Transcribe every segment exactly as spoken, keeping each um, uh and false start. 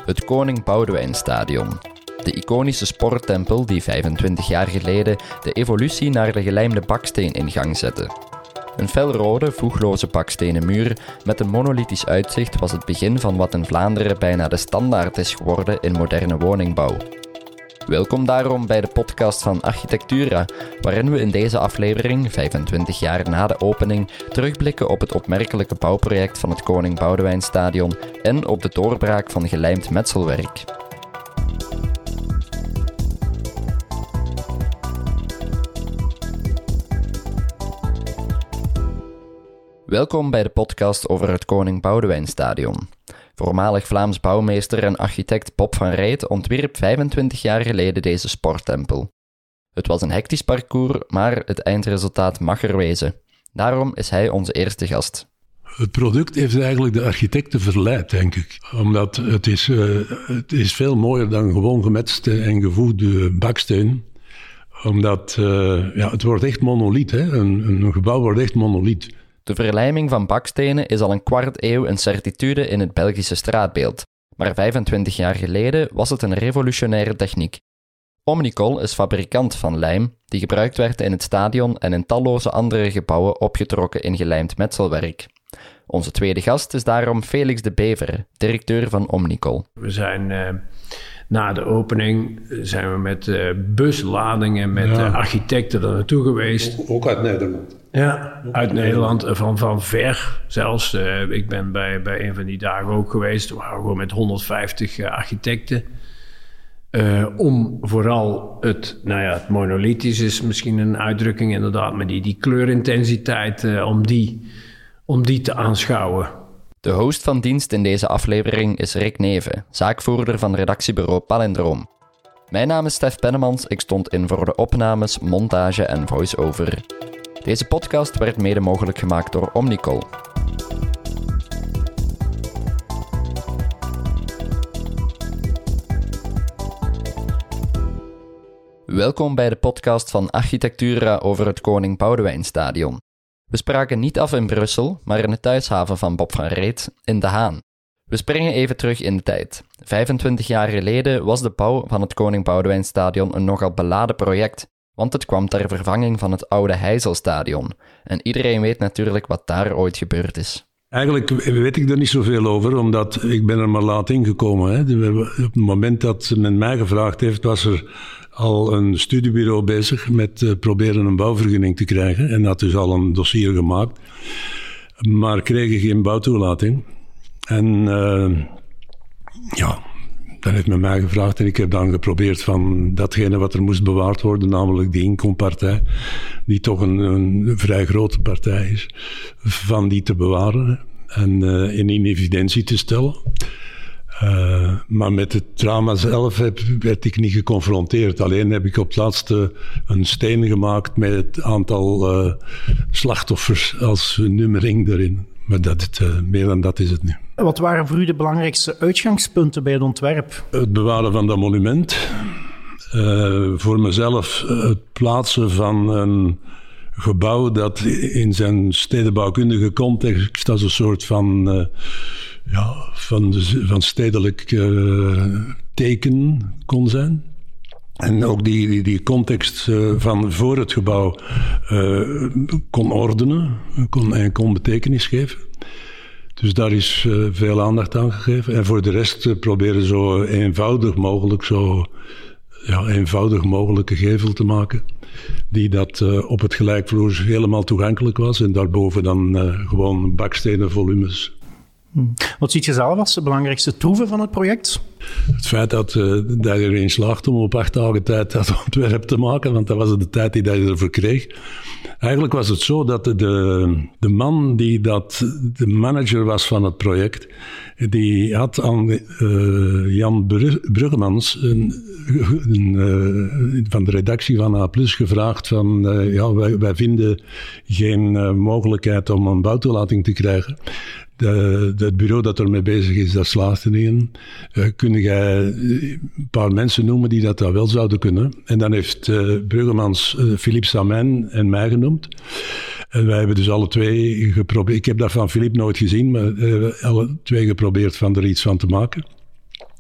Het Koning Boudewijnstadion. De iconische sporttempel die vijfentwintig jaar geleden de evolutie naar de gelijmde baksteen in gang zette. Een felrode, voegloze bakstenen muur met een monolithisch uitzicht was het begin van wat in Vlaanderen bijna de standaard is geworden in moderne woningbouw. Welkom daarom bij de podcast van Architectura, waarin we in deze aflevering, vijfentwintig jaar na de opening, terugblikken op het opmerkelijke bouwproject van het Koning Boudewijnstadion en op de doorbraak van gelijmd metselwerk. Welkom bij de podcast over het Koning Boudewijnstadion. Voormalig Vlaams bouwmeester en architect Bob van Rijt ontwierp vijfentwintig jaar geleden deze sporttempel. Het was een hectisch parcours, maar het eindresultaat mag er wezen. Daarom is hij onze eerste gast. Het product heeft eigenlijk de architecten verleid, denk ik. Omdat het is, uh, het is veel mooier dan gewoon gemetste en gevoegde baksteen. Omdat uh, ja, het wordt echt monoliet, hè? Een, een gebouw wordt echt monoliet. De verlijming van bakstenen is al een kwart eeuw een certitude in het Belgische straatbeeld, maar vijfentwintig jaar geleden was het een revolutionaire techniek. Omnicol is fabrikant van lijm, die gebruikt werd in het stadion en in talloze andere gebouwen opgetrokken in gelijmd metselwerk. Onze tweede gast is daarom Felix de Bever, directeur van Omnicol. We zijn uh, na de opening zijn we met uh, busladingen met ja. uh, architecten er naartoe geweest. Ook uit Nederland. Ja, uit Nederland, van, van ver zelfs. Uh, ik ben bij, bij een van die dagen ook geweest. We waren gewoon met honderdvijftig uh, architecten. Uh, om vooral het, nou ja, het monolithisch is misschien een uitdrukking inderdaad, maar die, die kleurintensiteit, uh, om, die, om die te aanschouwen. De host van dienst in deze aflevering is Rick Neven, zaakvoerder van redactiebureau Palindroom. Mijn naam is Stef Pennemans, ik stond in voor de opnames, montage en voice-over. Deze podcast werd mede mogelijk gemaakt door Omnicol. Welkom bij de podcast van Architectura over het Koning Boudewijnstadion. We spraken niet af in Brussel, maar in de thuishaven van Bob van Rijt, in De Haan. We springen even terug in de tijd. vijfentwintig jaar geleden was de bouw van het Koning Boudewijnstadion een nogal beladen project, want het kwam ter vervanging van het oude Heizelstadion. En iedereen weet natuurlijk wat daar ooit gebeurd is. Eigenlijk weet ik er niet zoveel over, omdat ik ben er maar laat ingekomen. Hè. Op het moment dat men mij gevraagd heeft, was er al een studiebureau bezig met uh, proberen een bouwvergunning te krijgen. En had dus al een dossier gemaakt. Maar kregen geen bouwtoelating. En uh, ja... Dan heeft men mij gevraagd en ik heb dan geprobeerd van datgene wat er moest bewaard worden, namelijk die Incompartij, die toch een, een vrij grote partij is, van die te bewaren en uh, in evidentie te stellen. Uh, maar met het drama zelf heb, werd ik niet geconfronteerd. Alleen heb ik op het laatste een steen gemaakt met het aantal uh, slachtoffers als nummering erin. Maar dat, uh, meer dan dat is het nu. Wat waren voor u de belangrijkste uitgangspunten bij het ontwerp? Het bewaren van dat monument. Uh, voor mezelf het plaatsen van een gebouw dat in zijn stedenbouwkundige context als een soort van, uh, ja, van, de, van stedelijk uh, teken kon zijn. En ook die, die, die context uh, van voor het gebouw uh, kon ordenen kon, en kon betekenis geven. Dus daar is uh, veel aandacht aan gegeven. En voor de rest uh, proberen zo eenvoudig mogelijk, zo ja, eenvoudig mogelijke gevel te maken. Die dat uh, op het gelijkvloers helemaal toegankelijk was. En daarboven dan uh, gewoon bakstenen volumes. Hmm. Wat ziet je zelf als de belangrijkste troeven van het project? Het feit dat, uh, dat je erin slaagt om op acht dagen tijd dat ontwerp te maken, want dat was de tijd die je ervoor kreeg. Eigenlijk was het zo dat de, de man die dat, de manager was van het project, die had aan uh, Jan Bruggemans, een, een, uh, van de redactie van A plus, gevraagd van, uh, ja, wij, wij vinden geen uh, mogelijkheid om een bouwtoelating te krijgen. De, de, het bureau dat ermee bezig is, dat slaagt er niet in. Uh, kun jij een paar mensen noemen die dat, dat wel zouden kunnen? En dan heeft uh, Bruggemans uh, Philippe Samijn en mij genoemd. En wij hebben dus alle twee geprobeerd. Ik heb dat van Philippe nooit gezien, maar uh, alle twee geprobeerd van er iets van te maken.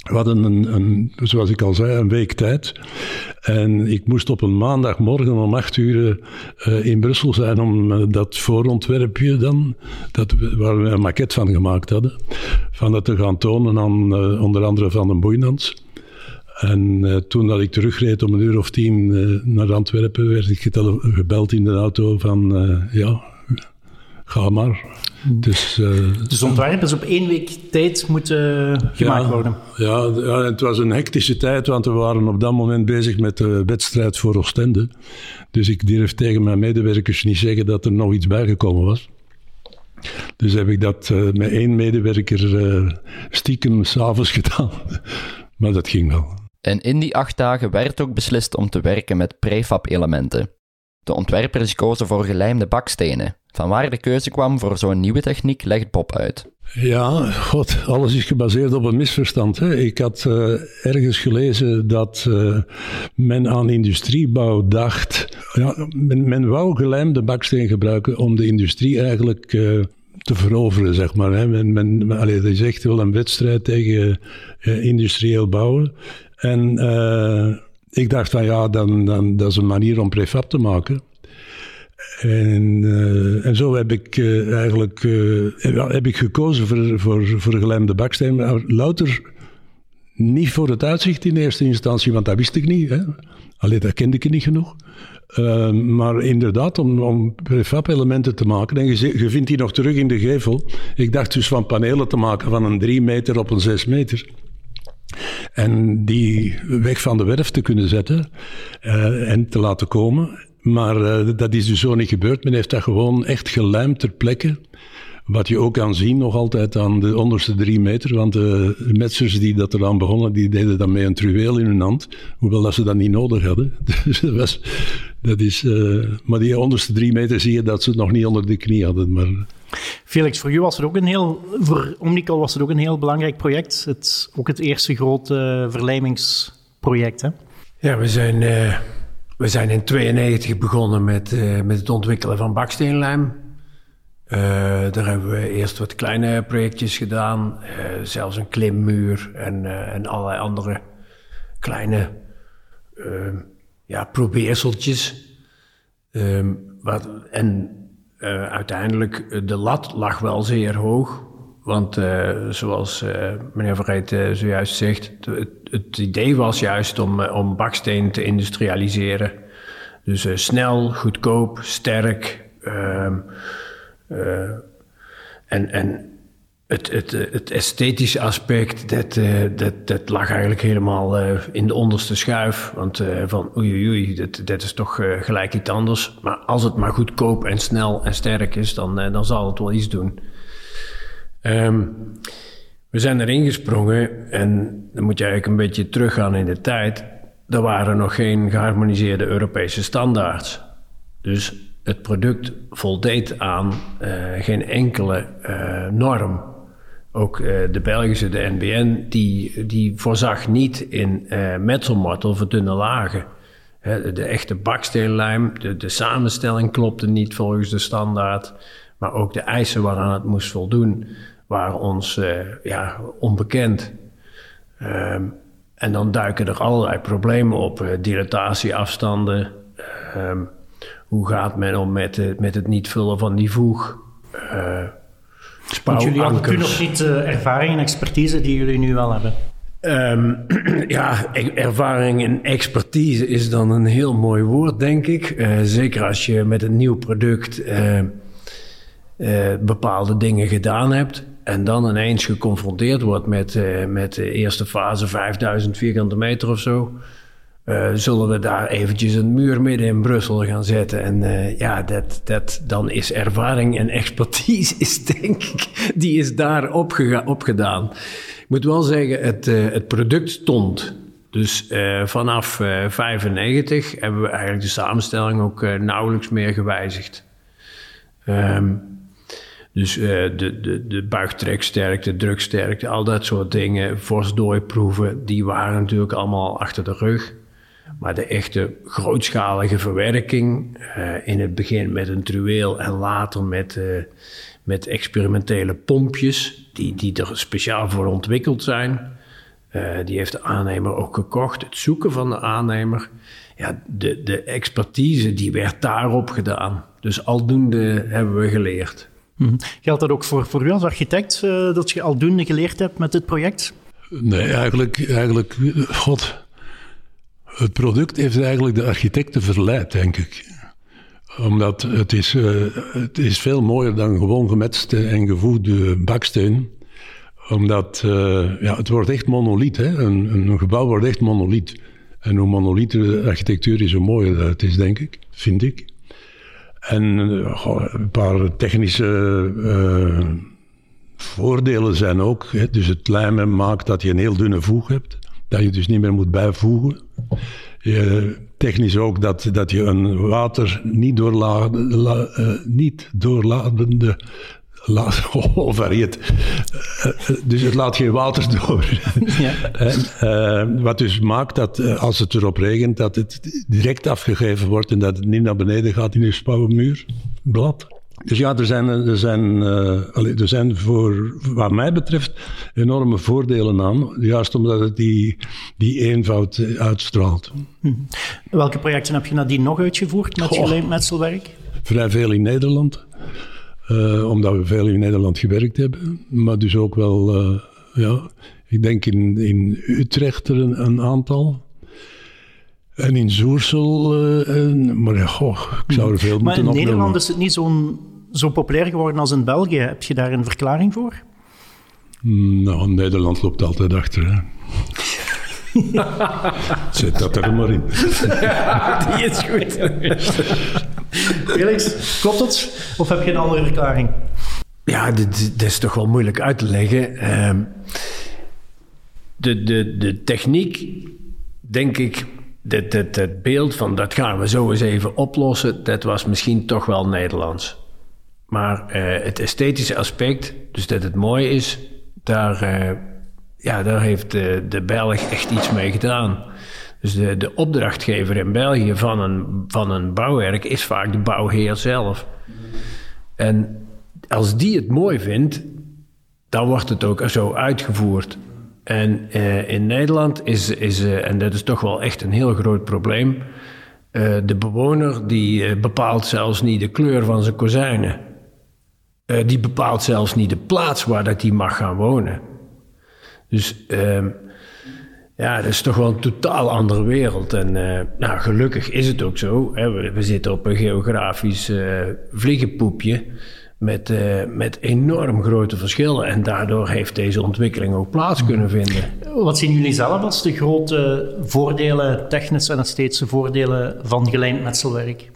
We hadden een, een, zoals ik al zei, een week tijd. En ik moest op een maandagmorgen om acht uur uh, in Brussel zijn om uh, dat voorontwerpje dan, dat we, waar we een maquette van gemaakt hadden, van dat te gaan tonen aan uh, onder andere Van den Boeinans. En uh, toen dat ik terugreed om een uur of tien uh, naar Antwerpen, werd ik getele- gebeld in de auto van, uh, ja, ga maar. Dus, uh, dus ontwerp is op één week tijd moeten gemaakt ja, worden. Ja, ja, het was een hectische tijd, want we waren op dat moment bezig met de wedstrijd voor Oostende. Dus ik durf tegen mijn medewerkers niet zeggen dat er nog iets bijgekomen was. Dus heb ik dat uh, met één medewerker uh, stiekem 's avonds gedaan. Maar dat ging wel. En in die acht dagen werd ook beslist om te werken met prefab-elementen. De ontwerpers kozen voor gelijmde bakstenen. Vanwaar de keuze kwam voor zo'n nieuwe techniek legt Bob uit. Ja, god, alles is gebaseerd op een misverstand. Hè. Ik had uh, ergens gelezen dat uh, men aan industriebouw dacht... Ja, men, men wou gelijmde baksteen gebruiken om de industrie eigenlijk uh, te veroveren, zeg maar. Hè. Men, men, allee, dat is echt wel een wedstrijd tegen uh, industrieel bouwen. En uh, ik dacht van ja, dan, dan, dat is een manier om prefab te maken. En, uh, en zo heb ik uh, eigenlijk uh, heb ik gekozen voor, voor, voor gelijmde baksteen. Maar louter niet voor het uitzicht in eerste instantie, want dat wist ik niet. Hè. Allee, dat kende ik niet genoeg. Uh, maar inderdaad, om, om prefab-elementen te maken. En je, je vindt die nog terug in de gevel. Ik dacht dus van panelen te maken van een drie meter op een zes meter. En die weg van de werf te kunnen zetten uh, en te laten komen. Maar uh, dat is dus zo niet gebeurd. Men heeft dat gewoon echt gelijmd ter plekke. Wat je ook kan zien nog altijd aan de onderste drie meter. Want de metsers die dat eraan begonnen, die deden dat met een truweel in hun hand. Hoewel dat ze dat niet nodig hadden. Dus dat was, dat is, uh, maar die onderste drie meter zie je dat ze het nog niet onder de knie hadden. Maar... Felix, voor u was het ook een heel, voor Omnicol was het ook een heel belangrijk project. Het, ook het eerste grote verlijmingsproject, hè? Ja, we zijn... Uh... We zijn in tweeënnegentig begonnen met, uh, met het ontwikkelen van baksteenlijm. Uh, daar hebben we eerst wat kleine projectjes gedaan. Uh, zelfs een klimmuur en, uh, en allerlei andere kleine uh, ja, probeerseltjes. Uh, wat, en uh, uiteindelijk, de lat lag wel zeer hoog. Want uh, zoals uh, meneer Verreet uh, zojuist zegt, het, het idee was juist om, uh, om baksteen te industrialiseren. Dus uh, snel, goedkoop, sterk. Uh, uh, en en het, het, het esthetische aspect, dat, uh, dat, dat lag eigenlijk helemaal uh, in de onderste schuif. Want uh, van oei oei oei, dat, dat is toch uh, gelijk iets anders. Maar als het maar goedkoop en snel en sterk is, dan, uh, dan zal het wel iets doen. Um, we zijn erin gesprongen en dan moet je eigenlijk een beetje teruggaan in de tijd. Er waren nog geen geharmoniseerde Europese standaards. Dus het product voldeed aan uh, geen enkele uh, norm. Ook uh, de Belgische, de N B N, die, die voorzag niet in uh, metselmortel voor dunne lagen. He, de echte baksteenlijm, de, de samenstelling klopte niet volgens de standaard. Maar ook de eisen waaraan het moest voldoen waren ons uh, ja, onbekend. Um, en dan duiken er allerlei problemen op. Uh, dilatatieafstanden. Um, hoe gaat men om met, uh, met het niet vullen van die voeg? Uh, Want jullie hadden toen nog niet uh, ervaring en expertise die jullie nu wel hebben. Um, ja, ervaring en expertise is dan een heel mooi woord, denk ik. Uh, zeker als je met een nieuw product uh, uh, bepaalde dingen gedaan hebt en dan ineens geconfronteerd wordt met, uh, met de eerste fase vijfduizend vierkante meter of zo. Uh, zullen we daar eventjes een muur midden in Brussel gaan zetten. En uh, ja, dat, dat, dan is ervaring en expertise, is, denk ik, die is daar opgega- opgedaan. Ik moet wel zeggen, het, uh, het product stond. Dus uh, vanaf uh, vijfennegentig hebben we eigenlijk de samenstelling ook uh, nauwelijks meer gewijzigd. Um, dus uh, de, de, de buigtreksterkte, druksterkte, al dat soort dingen, vorstdooiproeven, die waren natuurlijk allemaal achter de rug. Maar de echte grootschalige verwerking, uh, in het begin met een truweel en later met, uh, met experimentele pompjes, die, die er speciaal voor ontwikkeld zijn. Uh, die heeft de aannemer ook gekocht. Het zoeken van de aannemer. Ja, de, de expertise die werd daarop gedaan. Dus aldoende hebben we geleerd. Mm-hmm. Geldt dat ook voor, voor u als architect, uh, dat je aldoende geleerd hebt met dit project? Nee, eigenlijk, eigenlijk, god, het product heeft eigenlijk de architecten verleid, denk ik. Omdat het is, uh, het is veel mooier dan gewoon gemetste en gevoegde baksteen. Omdat uh, ja, het wordt echt monoliet, hè? Een, een gebouw wordt echt monoliet. En hoe monolieter de architectuur is, hoe mooier dat het is, denk ik, vind ik. En uh, een paar technische uh, voordelen zijn ook. Hè? Dus het lijmen maakt dat je een heel dunne voeg hebt. Dat je dus niet meer moet bijvoegen. Je, technisch ook dat, dat je een water niet, doorla, la, uh, niet doorladende... La, oh, variët. Uh, dus het laat geen water door. Ja. en, uh, wat dus maakt dat uh, als het erop regent, dat het direct afgegeven wordt en dat het niet naar beneden gaat in een spouwenmuurblad. Dus ja, er zijn, er zijn, uh, er zijn voor, wat mij betreft, enorme voordelen aan. Juist omdat het die, die eenvoud uitstraalt. Hm. Welke projecten heb je nadien nog uitgevoerd met gelijmd metselwerk? Vrij veel in Nederland. Uh, omdat we veel in Nederland gewerkt hebben. Maar dus ook wel, uh, ja, ik denk in, in Utrecht er een, een aantal. En in Zoersel, uh, en, maar ja, goh, ik zou er veel maar moeten opnemen. Maar in Nederland is het niet zo'n, zo populair geworden als in België. Heb je daar een verklaring voor? Nou, Nederland loopt altijd achter, hè. Zet dat er maar in. Ja, die is goed. Felix, klopt het? Of heb je een andere verklaring? Ja, dit, dit is toch wel moeilijk uit te leggen. Um, de, de, de techniek, denk ik, het, het, het beeld van dat gaan we zo eens even oplossen, dat was misschien toch wel Nederlands. Maar uh, het esthetische aspect, dus dat het mooi is, daar, uh, ja, daar heeft de, de Belg echt iets mee gedaan. Dus de, de opdrachtgever in België van een, van een bouwwerk is vaak de bouwheer zelf. En als die het mooi vindt, dan wordt het ook zo uitgevoerd. En uh, in Nederland is, is uh, en dat is toch wel echt een heel groot probleem, uh, de bewoner die uh, bepaalt zelfs niet de kleur van zijn kozijnen. Uh, die bepaalt zelfs niet de plaats waar dat hij mag gaan wonen. Dus uh, ja, dat is toch wel een totaal andere wereld. En uh, nou, gelukkig is het ook zo. Hè. We, we zitten op een geografisch uh, vliegenpoepje met, uh, met enorm grote verschillen. En daardoor heeft deze ontwikkeling ook plaats kunnen vinden. Wat zien jullie zelf als de grote voordelen, technische en esthetische voordelen van gelijmd metselwerk?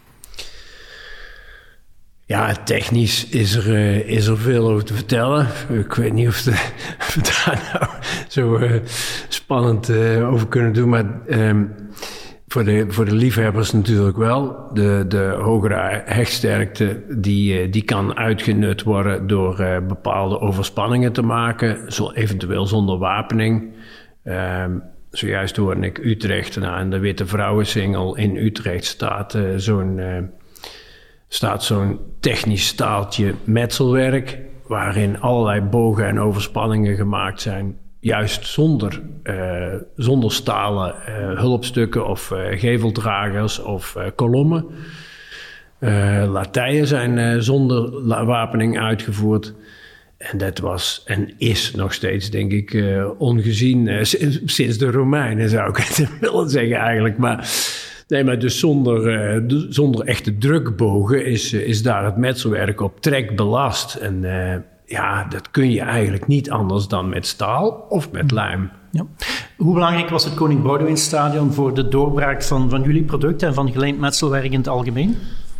Ja, technisch is er, uh, is er veel over te vertellen. Ik weet niet of, de, of we daar nou zo uh, spannend uh, over kunnen doen. Maar um, voor, de, voor de liefhebbers natuurlijk wel. De, de hogere hechtsterkte die, uh, die kan uitgenut worden door uh, bepaalde overspanningen te maken. Zo, eventueel zonder wapening. Um, zojuist hoorde ik Utrecht. Nou, en de Witte Vrouwensingel in Utrecht staat uh, zo'n... Uh, staat zo'n technisch staaltje metselwerk, waarin allerlei bogen en overspanningen gemaakt zijn, juist zonder, uh, zonder stalen uh, hulpstukken of uh, geveldragers of uh, kolommen. Uh, Latijen zijn uh, zonder wapening uitgevoerd. En dat was en is nog steeds, denk ik, uh, ongezien. Uh, sinds de Romeinen zou ik het willen zeggen eigenlijk, maar... Nee, maar dus zonder, uh, zonder echte drukbogen is, uh, is daar het metselwerk op trek belast. En uh, ja, dat kun je eigenlijk niet anders dan met staal of met lijm. Ja. Hoe belangrijk was het Koning Boudewijnstadion voor de doorbraak van, van jullie producten en van gelijmd metselwerk in het algemeen?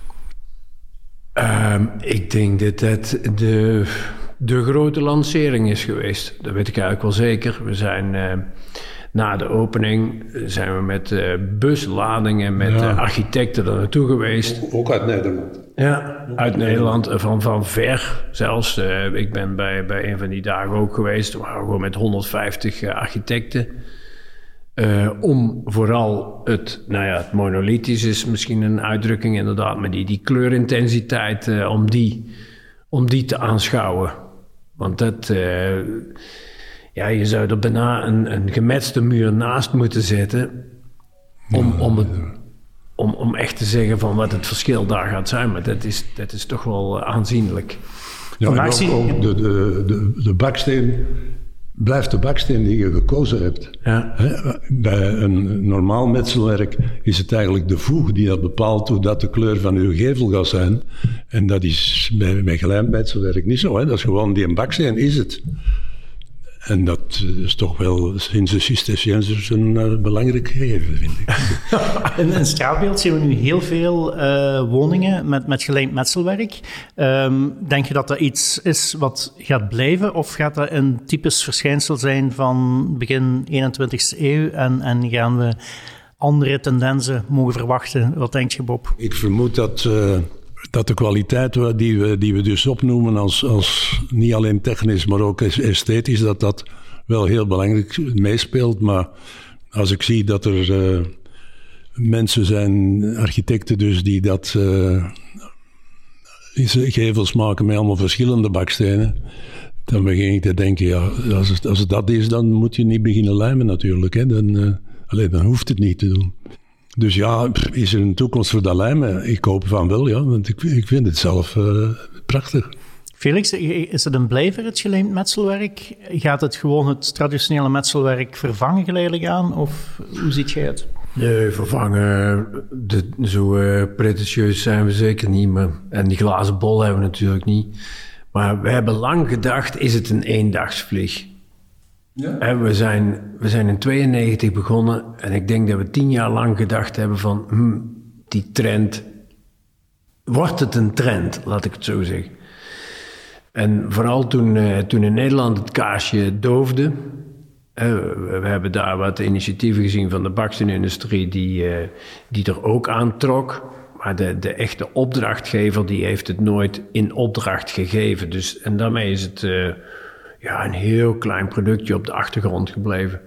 Um, ik denk dat het de, de grote lancering is geweest. Dat weet ik eigenlijk wel zeker. We zijn... Uh, Na de opening zijn we met uh, busladingen, met ja. uh, architecten er naartoe geweest. Ook uit Nederland. Ja, uit Nederland, van, van ver zelfs. Uh, ik ben bij, bij een van die dagen ook geweest. We waren gewoon met honderdvijftig uh, architecten. Uh, om vooral het, nou ja, het monolithisch is misschien een uitdrukking inderdaad, maar die, die kleurintensiteit, uh, om, die, om die te aanschouwen. Want dat... Uh, Ja, je zou er bijna een, een gemetste muur naast moeten zetten... om, ja, om, het, om, om echt te zeggen van wat het verschil daar gaat zijn. Maar dat is, dat is toch wel aanzienlijk. Ja, en ook, ook de, de, de, de baksteen... blijft de baksteen die je gekozen hebt. Ja. He, bij een normaal metselwerk is het eigenlijk de voeg die dat bepaalt hoe dat de kleur van uw gevel gaat zijn. En dat is bij, bij gelijmd metselwerk niet zo. Hè. Dat is gewoon die een baksteen is het. En dat is toch wel sinds de Cisterciënsers een uh, belangrijk gegeven, vind ik. In een straatbeeld zien we nu heel veel uh, woningen met, met gelijmd metselwerk. Um, denk je dat dat iets is wat gaat blijven? Of gaat dat een typisch verschijnsel zijn van begin eenentwintigste eeuw? En, en gaan we andere tendensen mogen verwachten? Wat denk je, Bob? Ik vermoed dat... Uh, dat de kwaliteit die we, die we dus opnoemen als, als niet alleen technisch, maar ook esthetisch, dat dat wel heel belangrijk meespeelt. Maar als ik zie dat er uh, mensen zijn, architecten dus, die dat uh, gevels maken met allemaal verschillende bakstenen, dan begin ik te denken, ja, als het, als het dat is, dan moet je niet beginnen lijmen natuurlijk. Hè. Dan, uh, alleen, dan hoeft het niet te doen. Dus ja, is er een toekomst voor dat lijmen? Ik hoop van wel, ja, want ik, ik vind het zelf uh, prachtig. Felix, is het een blijver, het gelijmd metselwerk? Gaat het gewoon het traditionele metselwerk vervangen geleidelijk aan? Of hoe ziet jij het? Nee, vervangen. De, zo uh, pretentieus zijn we zeker niet. Maar, en die glazen bol hebben we natuurlijk niet. Maar we hebben lang gedacht, is het een eendagsvlieg? Ja. En we zijn, we zijn in tweeënnegentig begonnen en ik denk dat we tien jaar lang gedacht hebben van hmm, die trend, wordt het een trend, laat ik het zo zeggen. En vooral toen, uh, toen in Nederland het kaarsje doofde, uh, we, we hebben daar wat initiatieven gezien van de baksteenindustrie die, uh, die er ook aan trok. Maar de, de echte opdrachtgever die heeft het nooit in opdracht gegeven. Dus, en daarmee is het... Uh, Ja, een heel klein productje op de achtergrond gebleven.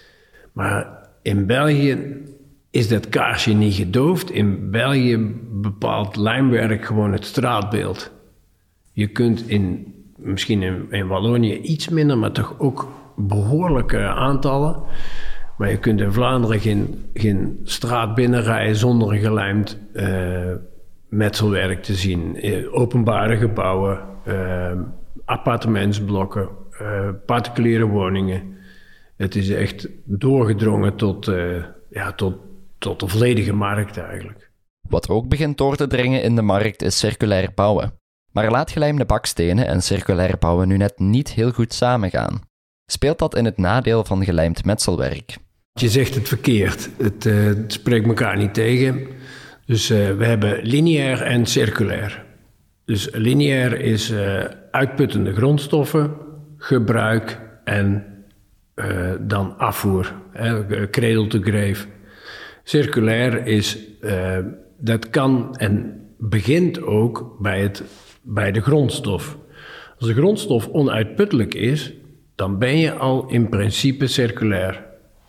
Maar in België is dat kaarsje niet gedoofd. In België bepaalt lijmwerk gewoon het straatbeeld. Je kunt in, misschien in, in Wallonië iets minder, maar toch ook behoorlijke aantallen. Maar je kunt in Vlaanderen geen, geen straat binnenrijden zonder een gelijmd uh, metselwerk te zien. Uh, openbare gebouwen, uh, appartementsblokken. Uh, particuliere woningen. Het is echt doorgedrongen tot, uh, ja, tot, tot de volledige markt eigenlijk. Wat er ook begint door te dringen in de markt is circulair bouwen. Maar laatgelijmde bakstenen en circulair bouwen nu net niet heel goed samengaan. Speelt dat in het nadeel van gelijmd metselwerk? Je zegt het verkeerd. Het, uh, het spreekt elkaar niet tegen. Dus uh, we hebben lineair en circulair. Dus lineair is uh, uitputtende grondstoffen, gebruik en uh, dan afvoer, cradle to grave. Circulair is, uh, dat kan en begint ook bij, het, bij de grondstof. Als de grondstof onuitputtelijk is, dan ben je al in principe circulair.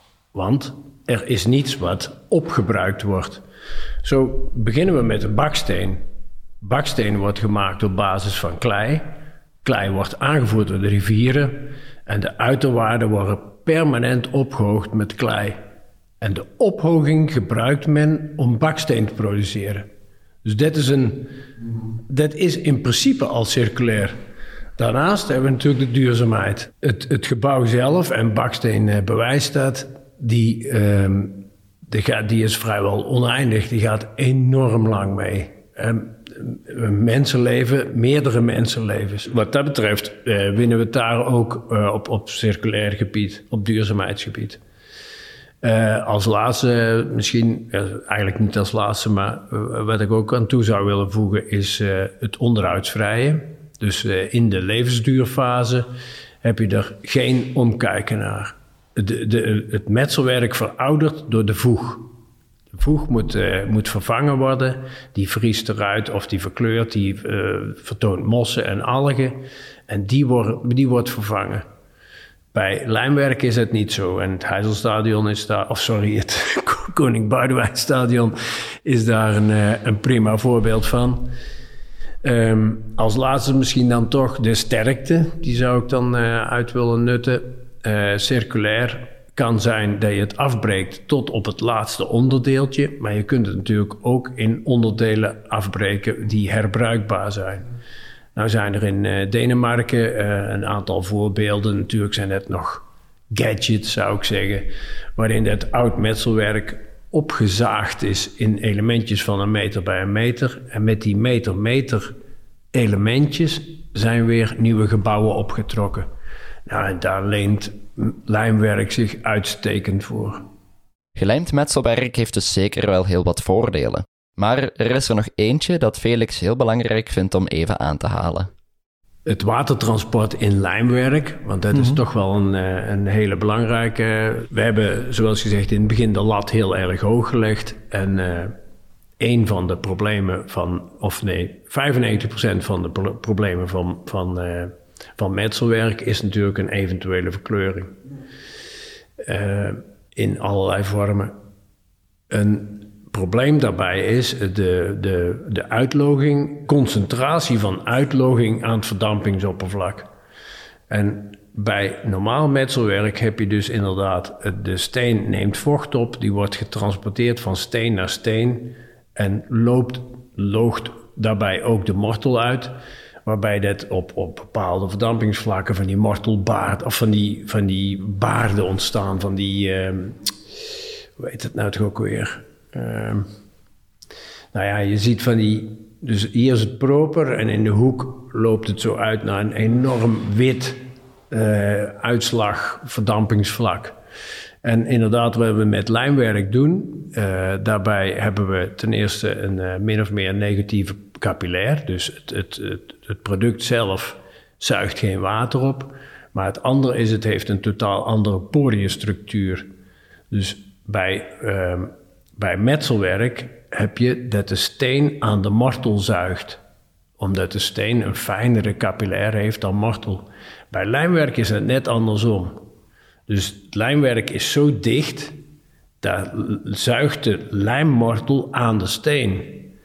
Want er is niets wat opgebruikt wordt. Zo beginnen we met de baksteen. Baksteen wordt gemaakt op basis van klei. Klei wordt aangevoerd door de rivieren en de uiterwaarden worden permanent opgehoogd met klei. En de ophoging gebruikt men om baksteen te produceren. Dus dat is, een, dat is in principe al circulair. Daarnaast hebben we natuurlijk de duurzaamheid. Het, het gebouw zelf, en baksteen eh, bewijst dat, die, eh, die, gaat, die is vrijwel oneindig. Die gaat enorm lang mee. Eh, mensenleven, meerdere mensenlevens. Wat dat betreft uh, winnen we het daar ook uh, op, op circulair gebied, op duurzaamheidsgebied. Uh, als laatste, misschien, uh, eigenlijk niet als laatste, maar uh, wat ik ook aan toe zou willen voegen is uh, het onderhoudsvrije. Dus uh, in de levensduurfase heb je er geen omkijken naar. De, de, het metselwerk veroudert door de voeg. De voeg moet, uh, moet vervangen worden, die vriest eruit of die verkleurt, die uh, vertoont mossen en algen. En die, worden, die wordt vervangen. Bij lijmwerk is het niet zo. En het Heizelstadion is daar, of sorry, het Koning Boudewijnstadion is daar een, uh, een prima voorbeeld van. Um, als laatste misschien dan toch de sterkte, die zou ik dan uh, uit willen nutten. uh, circulair kan zijn dat je het afbreekt tot op het laatste onderdeeltje. Maar je kunt het natuurlijk ook in onderdelen afbreken die herbruikbaar zijn. Nou zijn er in uh, Denemarken uh, een aantal voorbeelden. Natuurlijk zijn het nog gadgets, zou ik zeggen, waarin het oud metselwerk opgezaagd is in elementjes van een meter bij een meter. En met die meter-meter elementjes zijn weer nieuwe gebouwen opgetrokken. Nou, en daar leent lijmwerk zich uitstekend voor. Gelijmd metselwerk heeft dus zeker wel heel wat voordelen. Maar er is er nog eentje dat Felix heel belangrijk vindt om even aan te halen. Het watertransport in lijmwerk, want dat mm-hmm. is toch wel een, een hele belangrijke. We hebben, zoals gezegd, in het begin de lat heel erg hoog gelegd. En uh, een van de problemen van, of nee, vijfennegentig procent van de pro- problemen van, van, uh, van metselwerk is natuurlijk een eventuele verkleuring. Uh, in allerlei vormen. Een probleem daarbij is de, de, de uitloging, concentratie van uitloging aan het verdampingsoppervlak. En bij normaal metselwerk heb je dus inderdaad, de steen neemt vocht op, die wordt getransporteerd van steen naar steen en loopt, loogt daarbij ook de mortel uit, waarbij dat op, op bepaalde verdampingsvlakken van die mortelbaard, of van die, van die baarden ontstaan, van die, uh, hoe heet het nou toch ook weer? Uh, nou ja, je ziet van die, dus hier is het proper en in de hoek loopt het zo uit naar een enorm wit uh, uitslag, verdampingsvlak. En inderdaad, wat we met lijmwerk doen, uh, daarbij hebben we ten eerste een uh, min of meer negatieve capillair. Dus het, het, het, het product zelf zuigt geen water op. Maar het andere is, het heeft een totaal andere poriënstructuur. Dus bij, uh, bij metselwerk heb je dat de steen aan de mortel zuigt. Omdat de steen een fijnere capillair heeft dan mortel. Bij lijmwerk is het net andersom. Dus het lijmwerk is zo dicht, dat zuigt de lijmmortel aan de steen.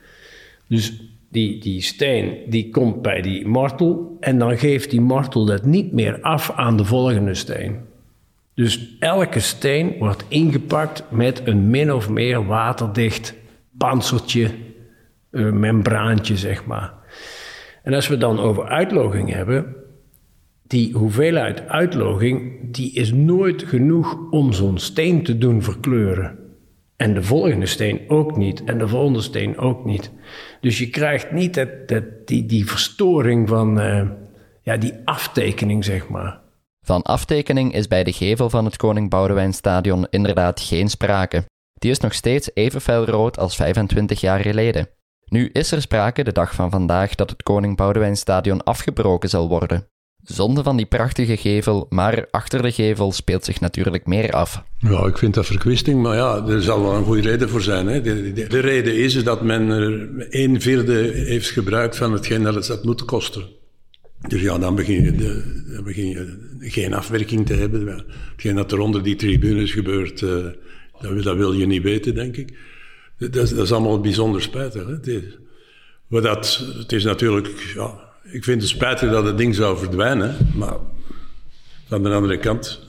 Dus die, die steen die komt bij die mortel en dan geeft die mortel dat niet meer af aan de volgende steen. Dus elke steen wordt ingepakt met een min of meer waterdicht pantsertje, uh, membraantje zeg maar. En als we dan over uitloging hebben, die hoeveelheid uitloging, die is nooit genoeg om zo'n steen te doen verkleuren. En de volgende steen ook niet. En de volgende steen ook niet. Dus je krijgt niet dat, dat, die, die verstoring van, uh, ja, die aftekening, zeg maar. Van aftekening is bij de gevel van het Koning Boudewijnstadion inderdaad geen sprake. Die is nog steeds even felrood als vijfentwintig jaar geleden. Nu is er sprake de dag van vandaag dat het Koning Boudewijnstadion afgebroken zal worden. Zonde van die prachtige gevel, maar achter de gevel speelt zich natuurlijk meer af. Ja, ik vind dat verkwisting, maar ja, er zal wel een goede reden voor zijn. Hè. De, de, de reden is dat men er een vierde heeft gebruikt van hetgeen dat het had moeten kosten. Dus ja, dan begin je, de, dan begin je geen afwerking te hebben. Hetgeen dat er onder die tribunes gebeurt, uh, dat, dat wil je niet weten, denk ik. Dat, dat is allemaal bijzonder spijtig. Hè. Het, is, maar dat, het is natuurlijk... Ja, ik vind het spijtig dat het ding zou verdwijnen, maar aan de andere kant...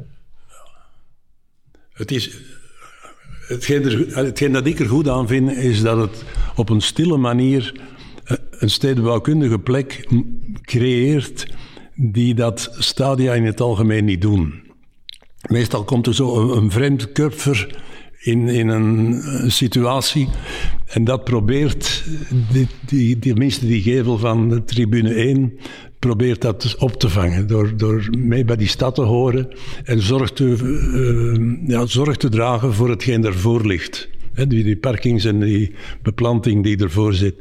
Het is... Hetgeen, er, hetgeen dat ik er goed aan vind, is dat het op een stille manier een stedenbouwkundige plek creëert die dat stadia in het algemeen niet doen. Meestal komt er zo een, een vreemd kurver in, in een, een situatie en dat probeert, die, die, tenminste die gevel van de tribune één, probeert dat op te vangen door, door mee bij die stad te horen en zorg te, uh, ja, zorg te dragen voor hetgeen daarvoor ligt. He, die, die parkings en die beplanting die ervoor zit.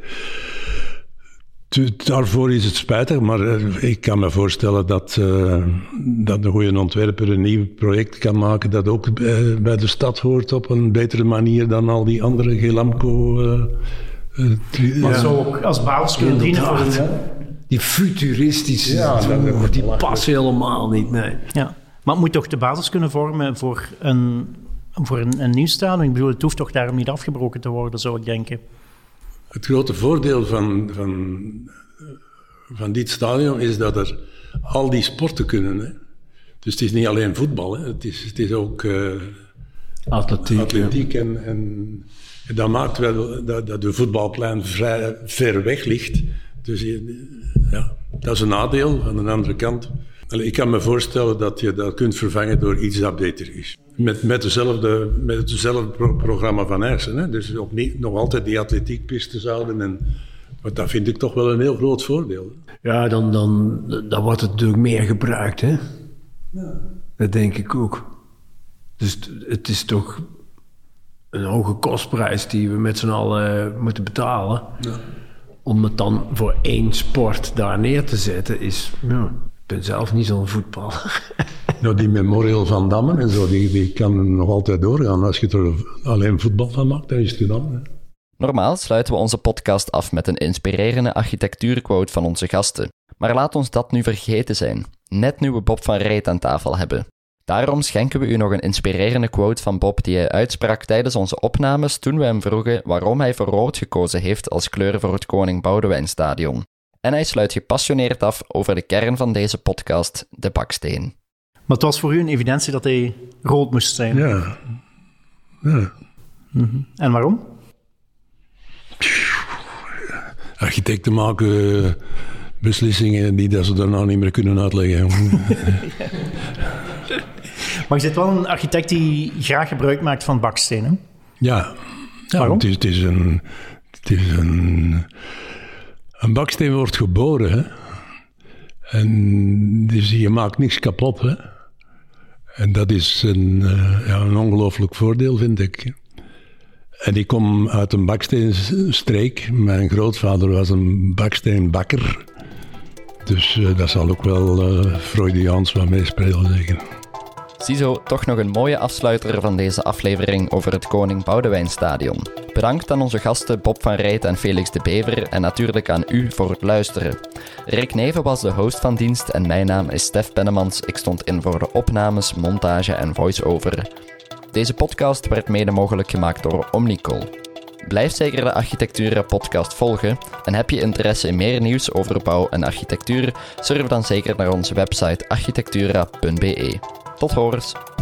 Daarvoor is het spijtig, maar uh, ik kan me voorstellen dat, uh, dat een goede ontwerper een nieuw project kan maken dat ook uh, bij de stad hoort op een betere manier dan al die andere Gelamco... Uh, uh, tri- maar ja. zo ook als basis kunnen dienen voor een... Die futuristische, ja, oh, die past helemaal niet, nee. Ja, maar het moet toch de basis kunnen vormen voor een, voor een, een nieuw stadion? Ik bedoel, het hoeft toch daarom niet afgebroken te worden, zou ik denken. Het grote voordeel van, van, van dit stadion is dat er al die sporten kunnen. Hè. Dus het is niet alleen voetbal, hè. Het, is, het is ook uh, atletiek, atletiek en, en, en dat maakt wel dat, dat de voetbalplein vrij ver weg ligt. Dus ja, dat is een nadeel. Aan de andere kant, ik kan me voorstellen dat je dat kunt vervangen door iets dat beter is. Met, met, dezelfde, met hetzelfde pro- programma van Aersen. Hè? Dus opnieuw, nog altijd die atletiekpistes houden. En, want dat vind ik toch wel een heel groot voordeel. Ja, dan, dan, dan wordt het natuurlijk meer gebruikt, hè? Ja. Dat denk ik ook. Dus het, het is toch een hoge kostprijs die we met z'n allen moeten betalen. Ja. Om het dan voor één sport daar neer te zetten is... Ja, ik ben zelf niet zo'n voetballer. Nou, die Memorial van Damme en zo, die, die kan nog altijd doorgaan. Als je er alleen voetbal van maakt, dan is het gedaan. Hè. Normaal sluiten we onze podcast af met een inspirerende architectuurquote van onze gasten. Maar laat ons dat nu vergeten zijn. Net nu we Bob van Rijt aan tafel hebben. Daarom schenken we u nog een inspirerende quote van Bob die hij uitsprak tijdens onze opnames toen we hem vroegen waarom hij voor rood gekozen heeft als kleur voor het Koning Boudewijnstadion. En hij sluit gepassioneerd af over de kern van deze podcast, de baksteen. Maar het was voor u een evidentie dat hij rood moest zijn? Ja. ja. Mm-hmm. En waarom? Architecten maken beslissingen die dat ze daarna niet meer kunnen uitleggen. ja. Maar je bent wel een architect die graag gebruik maakt van bakstenen. Ja. ja waarom? Het is, het is een... Het is een Een baksteen wordt geboren, hè. En dus je maakt niks kapot, hè. En dat is een, uh, ja, een ongelooflijk voordeel, vind ik. En ik kom uit een baksteenstreek. Mijn grootvader was een baksteenbakker. Dus uh, dat zal ook wel uh, Freudiaans wat meespelen, zeker. Ziezo, toch nog een mooie afsluiter van deze aflevering over het Koning Boudewijnstadion. Bedankt aan onze gasten Bob van Rijt en Felix de Bever en natuurlijk aan u voor het luisteren. Rick Neven was de host van dienst en mijn naam is Stef Pennemans. Ik stond in voor de opnames, montage en voice-over. Deze podcast werd mede mogelijk gemaakt door Omnicol. Blijf zeker de Architectura-podcast volgen en heb je interesse in meer nieuws over bouw en architectuur, surf dan zeker naar onze website architectura punt be. Tot horens!